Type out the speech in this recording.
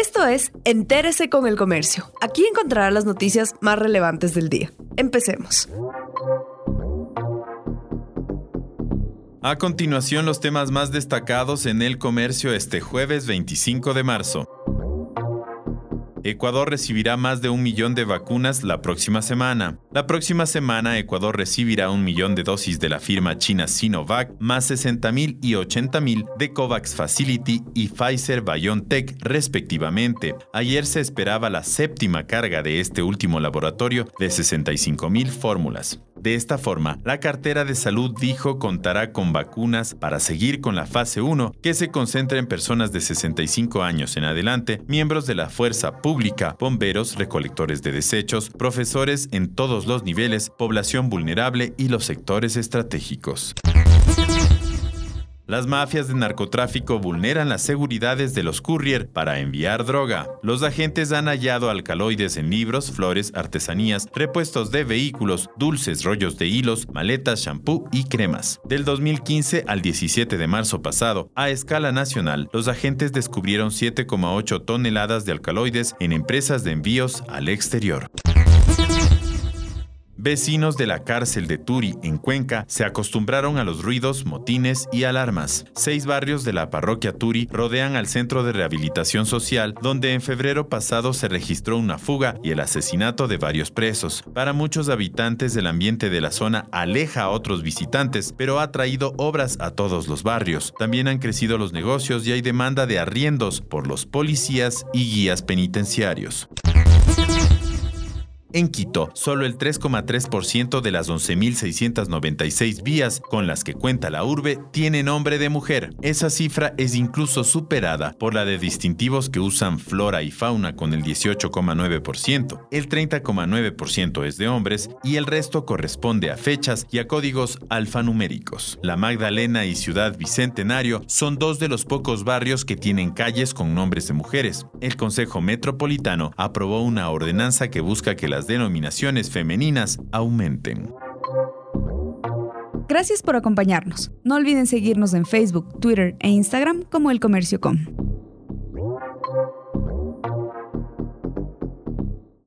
Esto es Entérese con el Comercio. Aquí encontrará las noticias más relevantes del día. Empecemos. A continuación, los temas más destacados en el comercio este jueves 25 de marzo. Ecuador recibirá más de 1 millón de vacunas la próxima semana. La próxima semana, Ecuador recibirá 1 millón de dosis de la firma china Sinovac, más 60,000 y 80,000 de COVAX Facility y Pfizer-BioNTech, respectivamente. Ayer se esperaba la séptima carga de este último laboratorio de 65,000 fórmulas. De esta forma, la cartera de salud dijo contará con vacunas para seguir con la fase 1, que se concentra en personas de 65 años en adelante, miembros de la fuerza pública, bomberos, recolectores de desechos, profesores en todos los niveles, población vulnerable y los sectores estratégicos. Las mafias de narcotráfico vulneran las seguridades de los courier para enviar droga. Los agentes han hallado alcaloides en libros, flores, artesanías, repuestos de vehículos, dulces, rollos de hilos, maletas, shampoo y cremas. Del 2015 al 17 de marzo pasado, a escala nacional, los agentes descubrieron 7,8 toneladas de alcaloides en empresas de envíos al exterior. Vecinos de la cárcel de Turi, en Cuenca, se acostumbraron a los ruidos, motines y alarmas. 6 barrios de la parroquia Turi rodean al centro de rehabilitación social, donde en febrero pasado se registró una fuga y el asesinato de varios presos. Para muchos habitantes, el ambiente de la zona aleja a otros visitantes, pero ha traído obras a todos los barrios. También han crecido los negocios y hay demanda de arriendos por los policías y guías penitenciarios. En Quito, solo el 3,3% de las 11.696 vías con las que cuenta la urbe tiene nombre de mujer. Esa cifra es incluso superada por la de distintivos que usan flora y fauna con el 18,9%. El 30,9% es de hombres y el resto corresponde a fechas y a códigos alfanuméricos. La Magdalena y Ciudad Bicentenario son 2 de los pocos barrios que tienen calles con nombres de mujeres. El Consejo Metropolitano aprobó una ordenanza que busca que las denominaciones femeninas aumenten. Gracias por acompañarnos. No olviden seguirnos en Facebook, Twitter e Instagram como El Comercio Com.